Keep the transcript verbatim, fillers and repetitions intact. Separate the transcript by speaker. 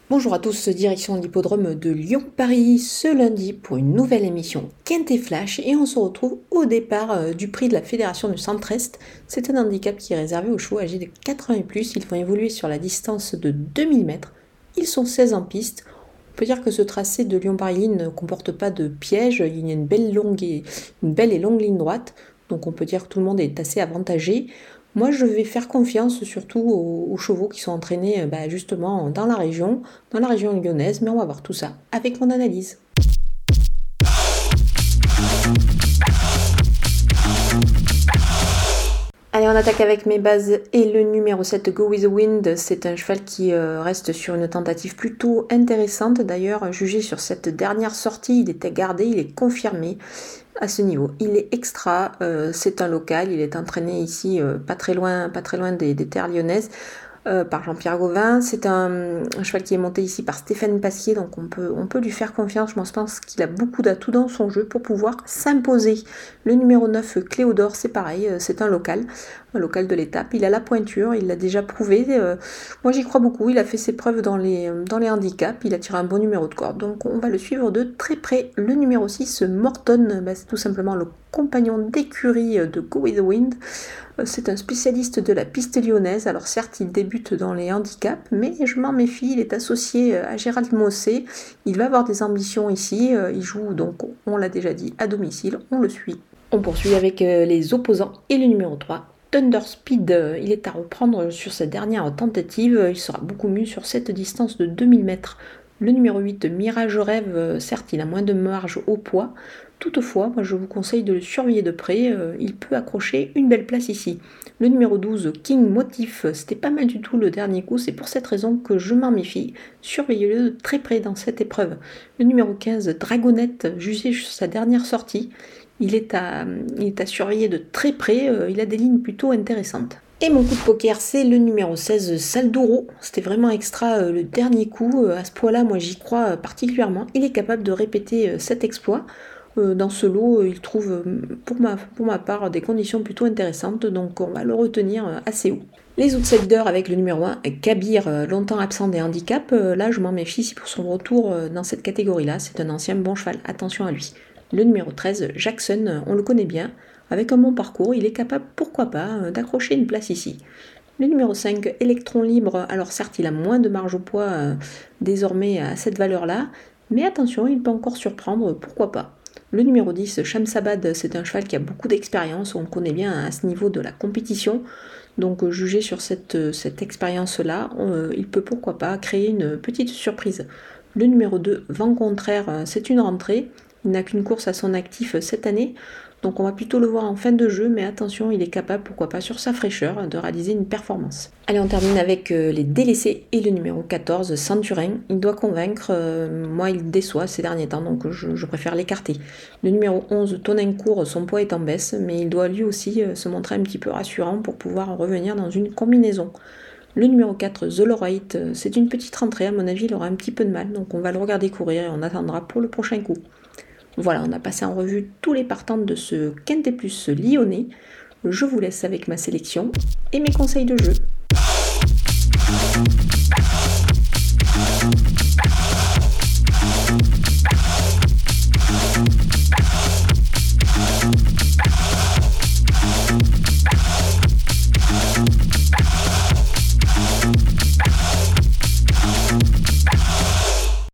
Speaker 1: Bonjour à tous, direction l'hippodrome de Lyon-Paris ce lundi pour une nouvelle émission Quintet Flash et on se retrouve au départ euh, du prix de la Fédération du Centre-Est. C'est un handicap qui est réservé aux chevaux âgés de quatre-vingts et plus. Ils vont évoluer sur la distance de deux mille mètres. Ils sont seize en piste. On peut dire que ce tracé de Lyon-Paris ne comporte pas de piège. Il y a une belle, longue et, une belle et longue ligne droite. Donc on peut dire que tout le monde est assez avantagé. Moi, je vais faire confiance surtout aux, aux chevaux qui sont entraînés bah, justement dans la région, dans la région lyonnaise, mais on va voir tout ça avec mon analyse. Allez, on attaque avec mes bases et le numéro sept, Go With The Wind. C'est un cheval qui euh, reste sur une tentative plutôt intéressante. D'ailleurs, jugé sur cette dernière sortie, il était gardé, il est confirmé à ce niveau. Il est extra, euh, c'est un local, il est entraîné ici euh, pas très loin, pas très loin des, des terres lyonnaises. Euh, par Jean-Pierre Gauvin. C'est un, un cheval qui est monté ici par Stéphane Pasquier, donc on peut, on peut lui faire confiance. Je pense qu'il a beaucoup d'atouts dans son jeu pour pouvoir s'imposer. Le numéro neuf, Cléodore, c'est pareil, c'est un local, un local de l'étape. Il a la pointure, il l'a déjà prouvé. Euh, moi j'y crois beaucoup, il a fait ses preuves dans les, dans les handicaps, il a tiré un bon numéro de corde, donc on va le suivre de très près. Le numéro six, Morton, bah, c'est tout simplement le compagnon d'écurie de Go With The Wind. C'est un spécialiste de la piste lyonnaise. Alors certes, il débute dans les handicaps, mais je m'en méfie, il est associé à Gérald Mossé. Il va avoir des ambitions ici. Il joue donc, on l'a déjà dit, à domicile. On le suit. On poursuit avec les opposants et le numéro trois. Thunder Speed, il est à reprendre sur sa dernière tentative. Il sera beaucoup mieux sur cette distance de deux mille mètres. Le numéro huit, Mirage Rêve, certes, il a moins de marge au poids. Toutefois, moi je vous conseille de le surveiller de près, euh, il peut accrocher une belle place ici. Le numéro douze, King Motif, c'était pas mal du tout le dernier coup, c'est pour cette raison que je m'en méfie. Surveillez-le de très près dans cette épreuve. Le numéro quinze, Dragonette, jugé sur sa dernière sortie, il est à, il est à surveiller de très près, euh, il a des lignes plutôt intéressantes. Et mon coup de poker, c'est le numéro seize, Salduro. C'était vraiment extra euh, le dernier coup. Euh, à ce poids-là, moi j'y crois euh, particulièrement. Il est capable de répéter euh, cet exploit. Euh, dans ce lot, euh, il trouve euh, pour, ma, pour ma part des conditions plutôt intéressantes. Donc on va le retenir euh, assez haut. Les outsiders avec le numéro un, Kabir, euh, longtemps absent des handicaps. Euh, là, je m'en méfie si pour son retour euh, dans cette catégorie-là. C'est un ancien bon cheval. Attention à lui. Le numéro treize, Jackson, on le connaît bien. Avec un bon parcours, il est capable, pourquoi pas, d'accrocher une place ici. Le numéro cinq, Electron Libre, alors certes il a moins de marge au poids euh, désormais à cette valeur-là, mais attention, il peut encore surprendre, pourquoi pas. Le numéro dix, Shamsabad, c'est un cheval qui a beaucoup d'expérience, on le connaît bien à ce niveau de la compétition, donc euh, jugé sur cette, cette expérience-là, euh, il peut pourquoi pas créer une petite surprise. Le numéro deux, Vent Contraire, c'est une rentrée, il n'a qu'une course à son actif cette année, donc on va plutôt le voir en fin de jeu, mais attention, il est capable, pourquoi pas, sur sa fraîcheur, de réaliser une performance. Allez, on termine avec euh, les délaissés et le numéro quatorze, Centurin. Il doit convaincre, euh, moi il déçoit ces derniers temps, donc je, je préfère l'écarter. Le numéro onze, Tonencourt, son poids est en baisse, mais il doit lui aussi euh, se montrer un petit peu rassurant pour pouvoir revenir dans une combinaison. Le numéro quatre, The Lorite, c'est une petite rentrée, à mon avis il aura un petit peu de mal, donc on va le regarder courir et on attendra pour le prochain coup. Voilà, on a passé en revue tous les partants de ce Quintet Plus lyonnais. Je vous laisse avec ma sélection et mes conseils de jeu.